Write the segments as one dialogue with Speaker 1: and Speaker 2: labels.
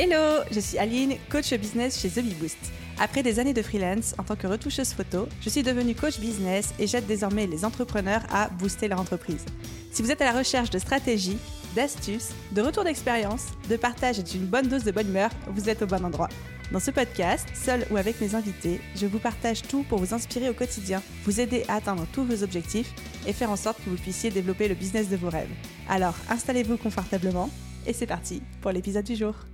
Speaker 1: Hello, je suis Aline, coach business chez The Bee Boost. Après des années de freelance en tant que retoucheuse photo, je suis devenue coach business et j'aide désormais les entrepreneurs à booster leur entreprise. Si vous êtes à la recherche de stratégies, d'astuces, de retours d'expérience, de partage et d'une bonne dose de bonne humeur, vous êtes au bon endroit. Dans ce podcast, seul ou avec mes invités, je vous partage tout pour vous inspirer au quotidien, vous aider à atteindre tous vos objectifs et faire en sorte que vous puissiez développer le business de vos rêves. Alors, installez-vous confortablement et c'est parti pour l'épisode du jour.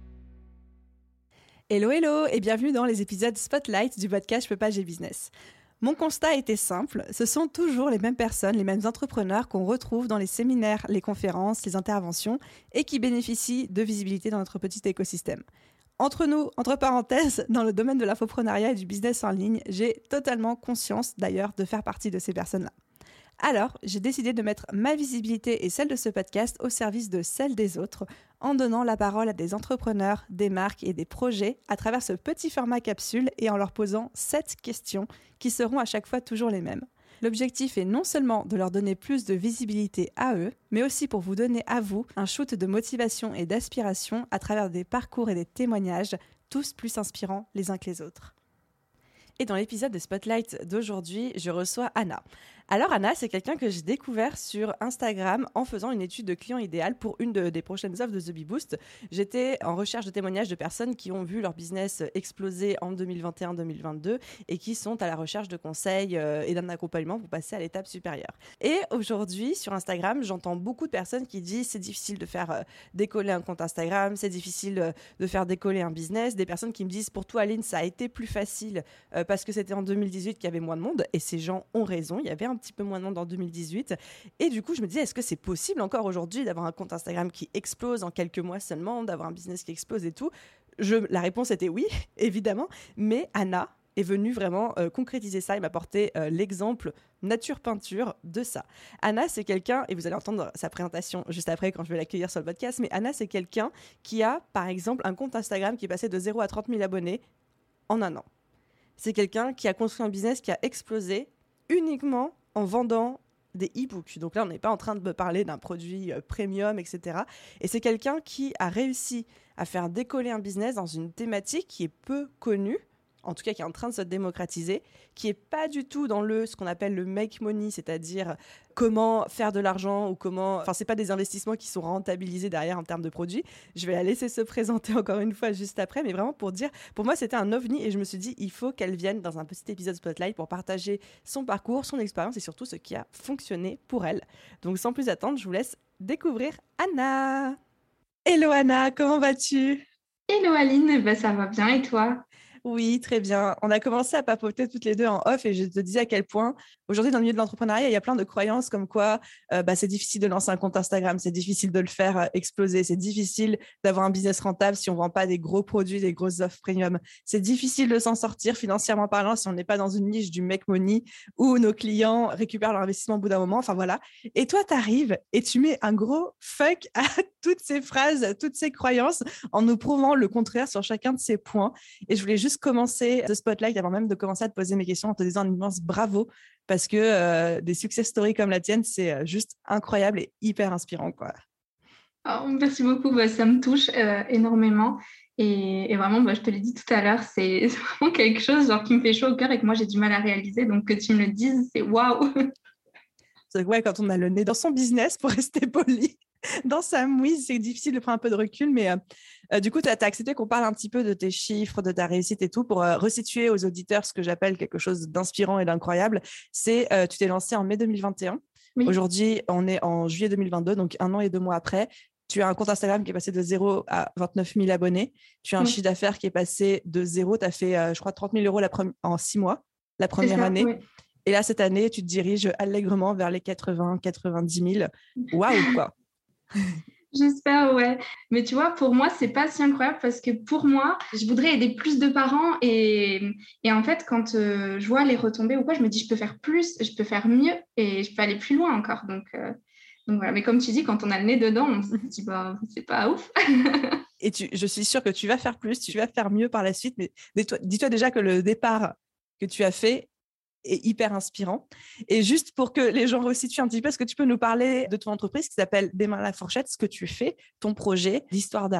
Speaker 1: Hello et bienvenue dans les épisodes Spotlight du podcast Je peux pas, j'ai business. Mon constat était simple, ce sont toujours les mêmes personnes, les mêmes entrepreneurs qu'on retrouve dans les séminaires, les conférences, les interventions et qui bénéficient de visibilité dans notre petit écosystème. Entre nous, entre parenthèses, dans le domaine de l'infoprenariat et du business en ligne, j'ai totalement conscience d'ailleurs de faire partie de ces personnes-là. Alors, j'ai décidé de mettre ma visibilité et celle de ce podcast au service de celle des autres, en donnant la parole à des entrepreneurs, des marques et des projets à travers ce petit format capsule et en leur posant 7 questions qui seront à chaque fois toujours les mêmes. L'objectif est non seulement de leur donner plus de visibilité à eux, mais aussi pour vous donner à vous un shoot de motivation et d'aspiration à travers des parcours et des témoignages, tous plus inspirants les uns que les autres. Et dans l'épisode de Spotlight d'aujourd'hui, je reçois Anna. Alors Anna, c'est quelqu'un que j'ai découvert sur Instagram en faisant une étude de client idéal pour une des prochaines offres de The Bee Boost. J'étais en recherche de témoignages de personnes qui ont vu leur business exploser en 2021-2022 et qui sont à la recherche de conseils et d'un accompagnement pour passer à l'étape supérieure. Et aujourd'hui, sur Instagram, j'entends beaucoup de personnes qui disent c'est difficile de faire décoller un compte Instagram, c'est difficile de faire décoller un business. Des personnes qui me disent pour toi Aline, ça a été plus facile parce que c'était en 2018 qu'il y avait moins de monde et ces gens ont raison, il y avait un petit peu moins de monde en 2018 et du coup je me disais est-ce que c'est possible encore aujourd'hui d'avoir un compte Instagram qui explose en quelques mois seulement, d'avoir un business qui explose et tout. La réponse était oui, évidemment, mais Anna est venue vraiment concrétiser ça et m'apporter l'exemple nature peinture de ça. Anna, c'est quelqu'un, et vous allez entendre sa présentation juste après quand je vais l'accueillir sur le podcast, mais Anna, c'est quelqu'un qui a, par exemple, un compte Instagram qui est passé de 0 à 30 000 abonnés en un an. C'est quelqu'un qui a construit un business qui a explosé uniquement en vendant des e-books. Donc là, on n'est pas en train de me parler d'un produit premium, etc. Et c'est quelqu'un qui a réussi à faire décoller un business dans une thématique qui est peu connue, en tout cas qui est en train de se démocratiser, qui n'est pas du tout dans ce qu'on appelle le make money, c'est-à-dire comment faire de l'argent ou comment... Enfin, ce n'est pas des investissements qui sont rentabilisés derrière en termes de produits. Je vais la laisser se présenter encore une fois juste après, mais vraiment pour dire, pour moi, c'était un ovni et je me suis dit, il faut qu'elle vienne dans un petit épisode Spotlight pour partager son parcours, son expérience et surtout ce qui a fonctionné pour elle. Donc, sans plus attendre, je vous laisse découvrir Anna. Hello Anna, comment vas-tu ?
Speaker 2: Hello Aline, ça va bien et toi ?
Speaker 1: Oui, très bien. On a commencé à papoter toutes les deux en off et je te disais à quel point aujourd'hui dans le milieu de l'entrepreneuriat, il y a plein de croyances comme quoi c'est difficile de lancer un compte Instagram, c'est difficile de le faire exploser, c'est difficile d'avoir un business rentable si on ne vend pas des gros produits, des grosses offres premium. C'est difficile de s'en sortir financièrement parlant si on n'est pas dans une niche du make money où nos clients récupèrent leur investissement au bout d'un moment. Enfin voilà. Et toi, tu arrives et tu mets un gros fuck à toutes ces phrases, toutes ces croyances en nous prouvant le contraire sur chacun de ces points. Et je voulais juste commencer ce spotlight avant même de commencer à te poser mes questions en te disant un immense bravo parce que des success stories comme la tienne, c'est juste incroyable et hyper inspirant, quoi.
Speaker 2: Oh, merci beaucoup, ça me touche énormément et vraiment, je te l'ai dit tout à l'heure, c'est vraiment quelque chose qui me fait chaud au cœur et que moi j'ai du mal à réaliser, donc que tu me le dises, c'est waouh.
Speaker 1: C'est vrai, quand on a le nez dans son business, pour rester poli, dans sa mouise, c'est difficile de prendre un peu de recul, mais du coup, tu as accepté qu'on parle un petit peu de tes chiffres, de ta réussite et tout, pour resituer aux auditeurs ce que j'appelle quelque chose d'inspirant et d'incroyable. C'est, tu t'es lancé en mai 2021. Oui. Aujourd'hui, on est en juillet 2022, donc 1 an et 2 mois après. Tu as un compte Instagram qui est passé de 0 à 29 000 abonnés. Tu as un chiffre d'affaires qui est passé de 0. Tu as fait, je crois, 30 000 euros en 6 mois, la première année. Oui. Et là, cette année, tu te diriges allègrement vers les 80-90 000. Waouh, quoi.
Speaker 2: J'espère, ouais. Mais tu vois, pour moi, c'est pas si incroyable parce que pour moi, je voudrais aider plus de parents et en fait, quand je vois les retombées ou quoi, je me dis, je peux faire plus, je peux faire mieux et je peux aller plus loin encore. Donc voilà. Mais comme tu dis, quand on a le nez dedans, on se dit, c'est pas ouf.
Speaker 1: Et je suis sûre que tu vas faire plus, tu vas faire mieux par la suite. Mais dis-toi déjà que le départ que tu as fait est hyper inspirant. Et juste pour que les gens resituent un petit peu, est-ce que tu peux nous parler de ton entreprise qui s'appelle Des mains à la fourchette, ce que tu fais, ton projet, l'histoire derrière ?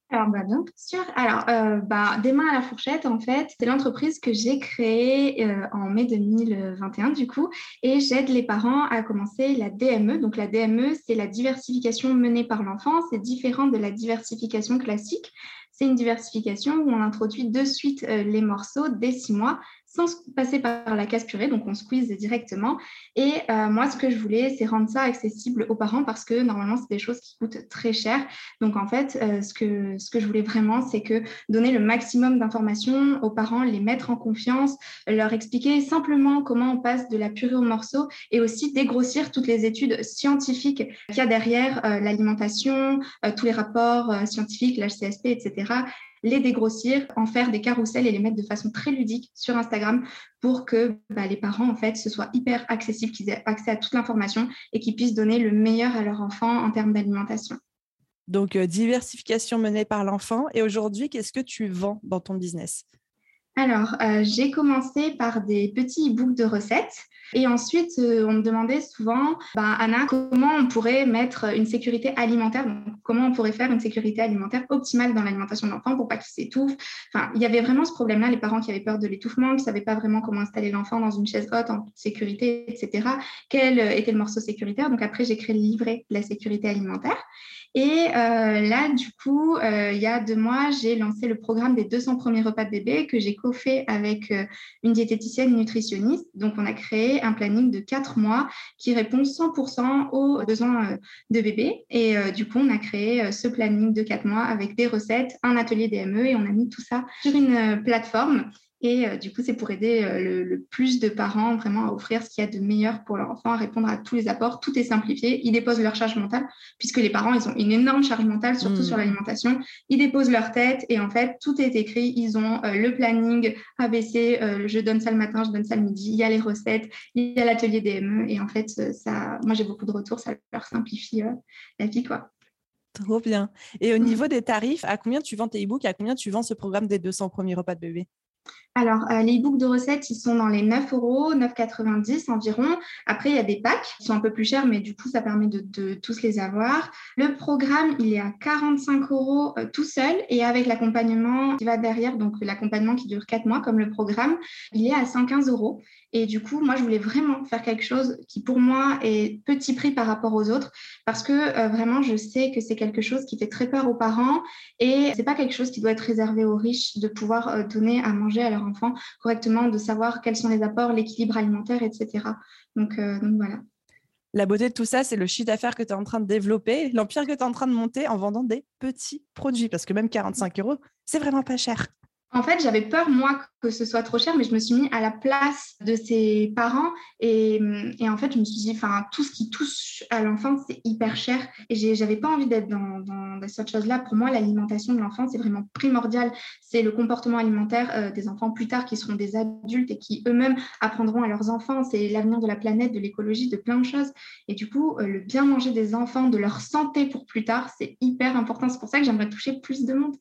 Speaker 2: Alors, bien sûr. Alors, des mains à la fourchette, en fait, c'est l'entreprise que j'ai créée en mai 2021, du coup, et j'aide les parents à commencer la DME. Donc, la DME, c'est la diversification menée par l'enfant. C'est différent de la diversification classique. C'est une diversification où on introduit de suite les morceaux dès 6 mois sans passer par la case purée, donc on squeeze directement. Et moi, ce que je voulais, c'est rendre ça accessible aux parents parce que normalement, c'est des choses qui coûtent très cher. Donc, en fait, ce que je voulais vraiment, c'est que donner le maximum d'informations aux parents, les mettre en confiance, leur expliquer simplement comment on passe de la purée au morceau et aussi dégrossir toutes les études scientifiques qu'il y a derrière l'alimentation, tous les rapports scientifiques, l'HCSP, etc., les dégrossir, en faire des carousels et les mettre de façon très ludique sur Instagram pour que les parents, en fait, ce soit hyper accessible, qu'ils aient accès à toute l'information et qu'ils puissent donner le meilleur à leur enfant en termes d'alimentation.
Speaker 1: Donc, diversification menée par l'enfant. Et aujourd'hui, qu'est-ce que tu vends dans ton business?
Speaker 2: Alors, j'ai commencé par des petits e-books de recettes. Et ensuite, on me demandait souvent, Anna, comment on pourrait mettre une sécurité alimentaire, donc comment on pourrait faire une sécurité alimentaire optimale dans l'alimentation de l'enfant pour pas qu'il s'étouffe. Enfin, il y avait vraiment ce problème-là, les parents qui avaient peur de l'étouffement, qui ne savaient pas vraiment comment installer l'enfant dans une chaise haute en toute sécurité, etc. Quel était le morceau sécuritaire? Donc après, j'ai créé le livret de la sécurité alimentaire. Et là, du coup, il y a 2 mois, j'ai lancé le programme des 200 premiers repas de bébé que j'ai co-fait avec une diététicienne nutritionniste. Donc, on a créé un planning de 4 mois qui répond 100% aux besoins de bébé. Et du coup, on a créé ce planning de 4 mois avec des recettes, un atelier DME et on a mis tout ça sur une plateforme. Et du coup, c'est pour aider le plus de parents vraiment à offrir ce qu'il y a de meilleur pour leur enfant, à répondre à tous les apports. Tout est simplifié. Ils déposent leur charge mentale, puisque les parents, ils ont une énorme charge mentale, surtout sur l'alimentation. Ils déposent leur tête et en fait, tout est écrit. Ils ont le planning ABC, je donne ça le matin, je donne ça le midi. Il y a les recettes, il y a l'atelier DME. Et en fait, moi, j'ai beaucoup de retours. Ça leur simplifie la vie, quoi.
Speaker 1: Trop bien. Et au niveau des tarifs, à combien tu vends tes e-books et à combien tu vends ce programme des 200 premiers repas de bébé?
Speaker 2: Alors, les e-books de recettes, ils sont dans les 9 €, 9,90 environ. Après, il y a des packs qui sont un peu plus chers, mais du coup, ça permet de tous les avoir. Le programme, il est à 45 € tout seul et avec l'accompagnement qui va derrière, donc l'accompagnement qui dure 4 mois, comme le programme, il est à 115 €. Et du coup, moi, je voulais vraiment faire quelque chose qui, pour moi, est petit prix par rapport aux autres parce que vraiment, je sais que c'est quelque chose qui fait très peur aux parents et c'est pas quelque chose qui doit être réservé aux riches de pouvoir donner à manger à leur enfant correctement, de savoir quels sont les apports, l'équilibre alimentaire, etc. Donc voilà.
Speaker 1: La beauté de tout ça, c'est le chiffre d'affaires que tu es en train de développer, l'empire que tu es en train de monter en vendant des petits produits. Parce que même 45 €, c'est vraiment pas cher.
Speaker 2: En fait, j'avais peur, moi, que ce soit trop cher, mais je me suis mis à la place de ses parents. Et en fait, je me suis dit, tout ce qui touche à l'enfant, c'est hyper cher. Et j'avais pas envie d'être dans cette chose-là. Pour moi, l'alimentation de l'enfant, c'est vraiment primordial. C'est le comportement alimentaire des enfants plus tard qui seront des adultes et qui eux-mêmes apprendront à leurs enfants. C'est l'avenir de la planète, de l'écologie, de plein de choses. Et du coup, le bien manger des enfants, de leur santé pour plus tard, c'est hyper important. C'est pour ça que j'aimerais toucher plus de monde.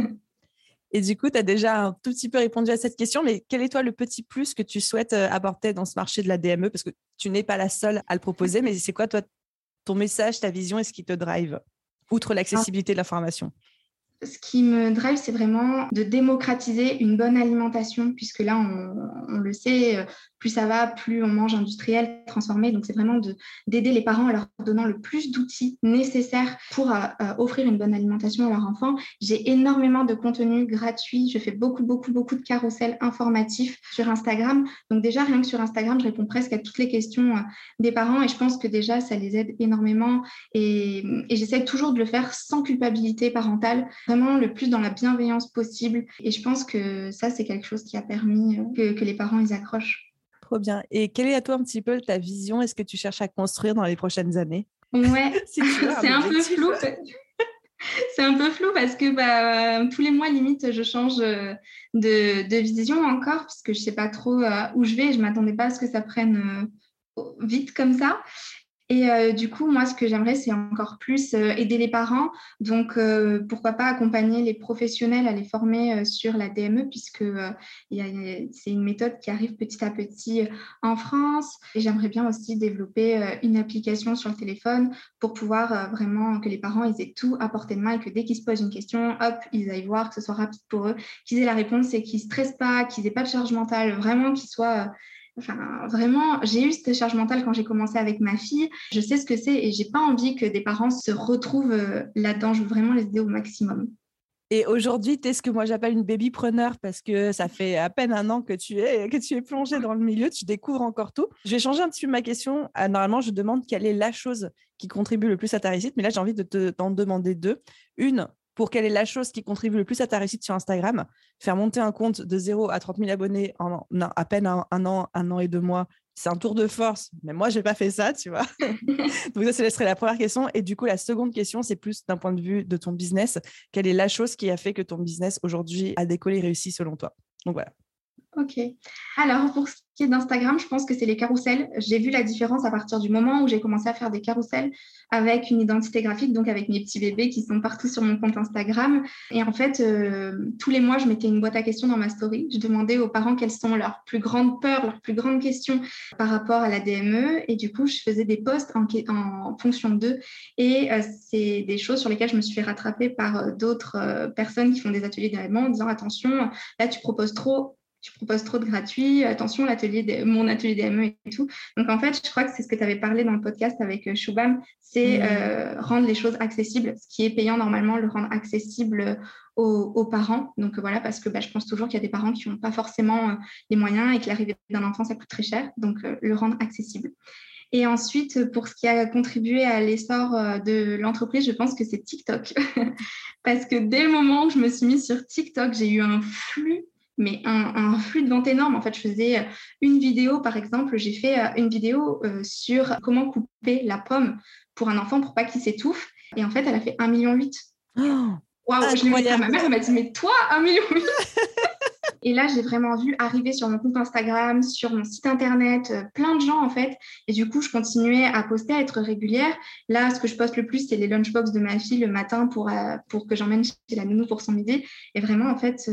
Speaker 1: Et du coup, tu as déjà un tout petit peu répondu à cette question, mais quel est toi le petit plus que tu souhaites apporter dans ce marché de la DME? Parce que tu n'es pas la seule à le proposer, mais c'est quoi toi ton message, ta vision et ce qui te drive, outre l'accessibilité de l'information?
Speaker 2: Ce qui me drive, c'est vraiment de démocratiser une bonne alimentation, puisque là, on le sait, plus ça va, plus on mange industriel, transformé. Donc, c'est vraiment d'aider les parents en leur donnant le plus d'outils nécessaires pour offrir une bonne alimentation à leur enfant. J'ai énormément de contenu gratuit. Je fais beaucoup, beaucoup, beaucoup de carousels informatifs sur Instagram. Donc, déjà, rien que sur Instagram, je réponds presque à toutes les questions des parents et je pense que déjà, ça les aide énormément. Et j'essaie toujours de le faire sans culpabilité parentale, vraiment le plus dans la bienveillance possible. Et je pense que ça, c'est quelque chose qui a permis que les parents, ils accrochent.
Speaker 1: Trop bien. Et quelle est à toi un petit peu ta vision? Est-ce que tu cherches à construire dans les prochaines années?
Speaker 2: Ouais,
Speaker 1: Si tu as
Speaker 2: c'est un peu
Speaker 1: objectif.
Speaker 2: flou. C'est un peu flou parce que tous les mois, limite, je change de vision encore parce que je ne sais pas trop où je vais. Je ne m'attendais pas à ce que ça prenne vite comme ça. Et du coup, moi, ce que j'aimerais, c'est encore plus aider les parents. Donc, pourquoi pas accompagner les professionnels à les former sur la DME, puisque c'est une méthode qui arrive petit à petit en France. Et j'aimerais bien aussi développer une application sur le téléphone pour pouvoir vraiment que les parents ils aient tout à portée de main et que dès qu'ils se posent une question, hop, ils aillent voir, que ce soit rapide pour eux, qu'ils aient la réponse et qu'ils ne stressent pas, qu'ils n'aient pas de charge mentale, vraiment qu'ils soient... Enfin, vraiment, j'ai eu cette charge mentale quand j'ai commencé avec ma fille. Je sais ce que c'est et j'ai pas envie que des parents se retrouvent là-dedans. Je veux vraiment les aider au maximum.
Speaker 1: Et aujourd'hui, tu es ce que moi j'appelle une babypreneur parce que ça fait à peine un an que tu es plongée dans le milieu, tu découvres encore tout. Je vais changer un petit peu ma question. Normalement, je demande quelle est la chose qui contribue le plus à ta réussite, mais là, j'ai envie de t'en demander deux. Une, pour quelle est la chose qui contribue le plus à ta réussite sur Instagram? Faire monter un compte de 0 à 30 000 abonnés en à peine un an et 2 mois, c'est un tour de force. Mais moi, je n'ai pas fait ça, tu vois. Donc ça serait la première question. Et du coup, la seconde question, c'est plus d'un point de vue de ton business. Quelle est la chose qui a fait que ton business aujourd'hui a décollé et réussi selon toi? Donc voilà.
Speaker 2: Ok. Alors, pour ce qui est d'Instagram, je pense que c'est les carousels. J'ai vu la différence à partir du moment où j'ai commencé à faire des carousels avec une identité graphique, donc avec mes petits bébés qui sont partout sur mon compte Instagram. Et en fait, tous les mois, je mettais une boîte à questions dans ma story. Je demandais aux parents quelles sont leurs plus grandes peurs, leurs plus grandes questions par rapport à la DME. Et du coup, je faisais des posts en fonction d'eux. Et c'est des choses sur lesquelles je me suis fait rattraper par d'autres personnes qui font des ateliers d'agrément en disant attention, là, tu proposes trop de gratuit, attention, mon atelier DME et tout. Donc, en fait, je crois que c'est ce que tu avais parlé dans le podcast avec Shubham, c'est rendre les choses accessibles. Ce qui est payant, normalement, le rendre accessible aux parents. Donc, voilà, parce que je pense toujours qu'il y a des parents qui n'ont pas forcément les moyens et que l'arrivée d'un enfant, ça coûte très cher. Donc, le rendre accessible. Et ensuite, pour ce qui a contribué à l'essor de l'entreprise, je pense que c'est TikTok. Parce que dès le moment où je me suis mise sur TikTok, j'ai eu un flux mais un flux de vente énorme. En fait, je faisais une vidéo, par exemple, j'ai fait une vidéo sur comment couper la pomme pour un enfant pour pas qu'il s'étouffe. Et en fait, elle a fait 1,8 million. Waouh, je l'ai montré à ma mère, elle m'a dit, mais toi, 1,8 million. Et là, j'ai vraiment vu arriver sur mon compte Instagram, sur mon site internet, plein de gens en fait. Et du coup, je continuais à poster, à être régulière. Là, ce que je poste le plus, c'est les lunchbox de ma fille le matin pour que j'emmène chez la nounou pour son midi. Et vraiment, en fait,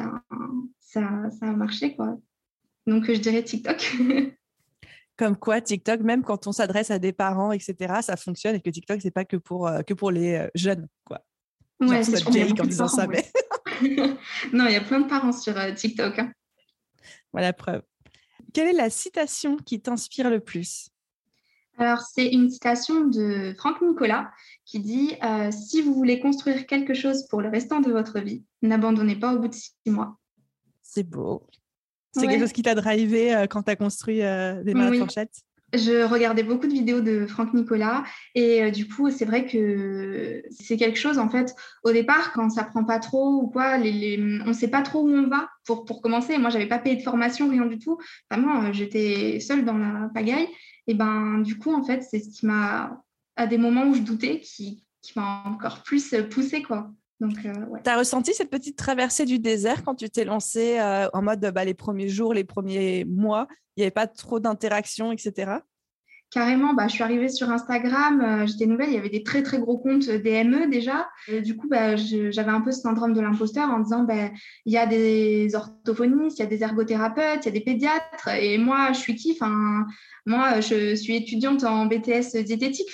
Speaker 2: ça a marché, quoi. Donc, je dirais TikTok.
Speaker 1: Comme quoi, TikTok, même quand on s'adresse à des parents, etc., ça fonctionne et que TikTok, c'est pas que pour les jeunes, quoi.
Speaker 2: Ouais, c'est
Speaker 1: sûr. Jake en disant ça, mais...
Speaker 2: Non, il y a plein de parents sur TikTok. Hein.
Speaker 1: Voilà la preuve. Quelle est la citation qui t'inspire le plus?
Speaker 2: Alors, c'est une citation de Franck Nicolas qui dit « Si vous voulez construire quelque chose pour le restant de votre vie, n'abandonnez pas au bout de 6 mois. »
Speaker 1: C'est beau. C'est quelque chose qui t'a drivé quand tu as construit des mains à fourchette?
Speaker 2: Je regardais beaucoup de vidéos de Franck Nicolas et du coup, c'est vrai que c'est quelque chose, en fait, au départ, quand ça prend pas trop ou quoi, on ne sait pas trop où on va pour commencer. Moi, je n'avais pas payé de formation, rien du tout. Vraiment, j'étais seule dans la pagaille. Et du coup, en fait, c'est ce qui m'a, à des moments où je doutais, qui m'a encore plus poussée, quoi. Donc, ouais.
Speaker 1: Tu as ressenti cette petite traversée du désert quand tu t'es lancée en mode les premiers jours, les premiers mois, il n'y avait pas trop d'interaction, etc.
Speaker 2: Carrément, je suis arrivée sur Instagram, j'étais nouvelle, il y avait des très très gros comptes DME déjà. Et du coup, j'avais un peu ce syndrome de l'imposteur en disant, il y a des orthophonistes, il y a des ergothérapeutes, il y a des pédiatres, et moi, je suis qui? Moi, je suis étudiante en BTS diététique,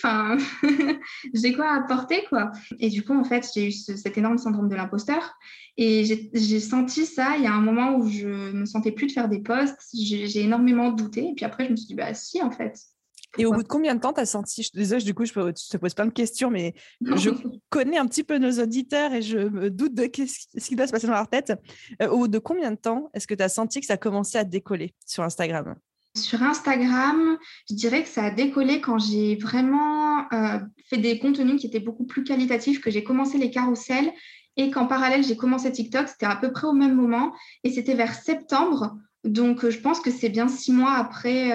Speaker 2: j'ai quoi à apporter, quoi. Et du coup, en fait, j'ai eu cet énorme syndrome de l'imposteur. Et j'ai senti ça, il y a un moment où je ne me sentais plus de faire des posts, j'ai énormément douté. Et puis après, je me suis dit, si, en fait.
Speaker 1: Et au bout de combien de temps tu as senti, désolée, du coup, je te pose plein de questions, mais je connais un petit peu nos auditeurs et je me doute de ce qui doit se passer dans leur tête. Au bout de combien de temps est-ce que tu as senti que ça commençait à décoller sur Instagram?
Speaker 2: Sur Instagram, je dirais que ça a décollé quand j'ai vraiment fait des contenus qui étaient beaucoup plus qualitatifs, que j'ai commencé les carousels et qu'en parallèle, j'ai commencé TikTok. C'était à peu près au même moment et c'était vers septembre. Donc, je pense que c'est bien 6 mois après.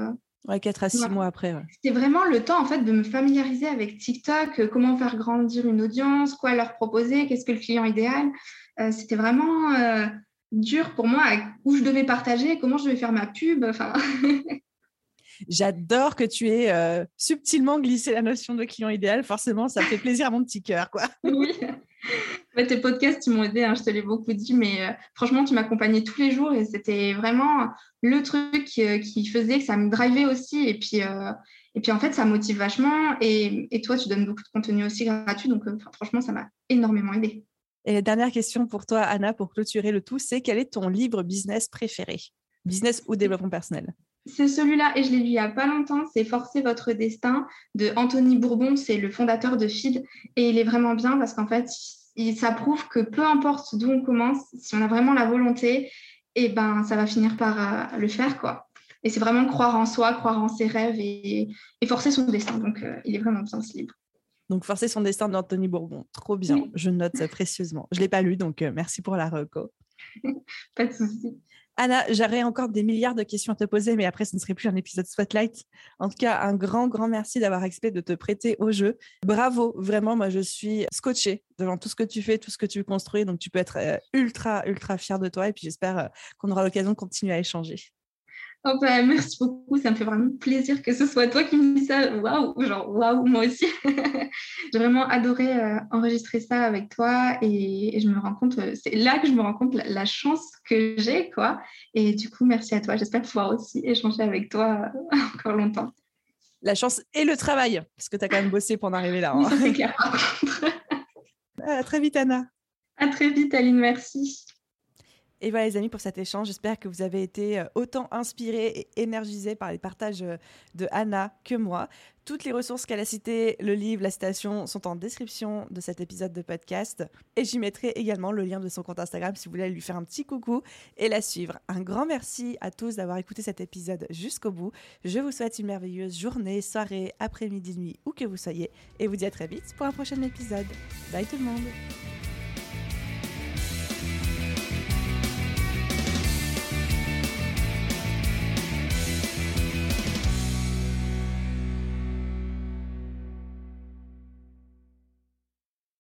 Speaker 1: 4 à 6 mois après. Ouais.
Speaker 2: C'était vraiment le temps en fait de me familiariser avec TikTok, comment faire grandir une audience, quoi leur proposer, qu'est-ce que le client idéal. C'était vraiment dur pour moi où je devais partager, comment je devais faire ma pub.
Speaker 1: J'adore que tu aies subtilement glissé la notion de client idéal. Forcément, ça fait plaisir à mon petit cœur, quoi.
Speaker 2: Oui. Tes podcasts, ils m'ont aidé, hein, je te l'ai beaucoup dit, mais franchement, tu m'accompagnais tous les jours et c'était vraiment le truc qui faisait que ça me drivait aussi. Et puis, en fait, ça motive vachement. Et toi, tu donnes beaucoup de contenu aussi gratuit. Donc, franchement, ça m'a énormément aidé.
Speaker 1: Et la dernière question pour toi, Anna, pour clôturer le tout, c'est quel est ton livre business préféré? Business ou développement personnel?
Speaker 2: C'est celui-là, et je l'ai lu il n'y a pas longtemps, c'est Forcer votre destin de Anthony Bourbon, c'est le fondateur de Feed. Et il est vraiment bien parce qu'en fait, ça prouve que peu importe d'où on commence, si on a vraiment la volonté, et ben, ça va finir par le faire, quoi. Et c'est vraiment croire en soi, croire en ses rêves et forcer son destin. Donc, il est vraiment bien, ce livre.
Speaker 1: Donc, Forcer son destin d'Anthony Bourbon. Trop bien.
Speaker 2: Oui.
Speaker 1: Je note ça précieusement. Je ne l'ai pas lu, donc merci pour la reco.
Speaker 2: Pas de souci.
Speaker 1: Anna, j'aurais encore des milliards de questions à te poser, mais après, ce ne serait plus un épisode Spotlight. En tout cas, un grand, grand merci d'avoir accepté de te prêter au jeu. Bravo, vraiment, moi, je suis scotchée devant tout ce que tu fais, tout ce que tu construis. Donc, tu peux être ultra, ultra fière de toi. Et puis, j'espère qu'on aura l'occasion de continuer à échanger.
Speaker 2: Oh bah, merci beaucoup, ça me fait vraiment plaisir que ce soit toi qui me dis ça. Waouh, genre waouh, moi aussi. J'ai vraiment adoré enregistrer ça avec toi et je me rends compte, c'est là que je me rends compte la chance que j'ai, quoi. Et du coup, merci à toi. J'espère pouvoir aussi échanger avec toi encore longtemps.
Speaker 1: La chance et le travail, parce que tu as quand même bossé pour en arriver là.
Speaker 2: Oui, ça c'est clair par contre.
Speaker 1: À très vite, Anna.
Speaker 2: À très vite, Aline, merci.
Speaker 1: Et voilà les amis pour cet échange, j'espère que vous avez été autant inspirés et énergisés par les partages de Anna que moi. Toutes les ressources qu'elle a citées, le livre, la citation sont en description de cet épisode de podcast et j'y mettrai également le lien de son compte Instagram si vous voulez lui faire un petit coucou et la suivre. Un grand merci à tous d'avoir écouté cet épisode jusqu'au bout. Je vous souhaite une merveilleuse journée, soirée, après-midi, nuit, où que vous soyez et vous dis à très vite pour un prochain épisode. Bye tout le monde.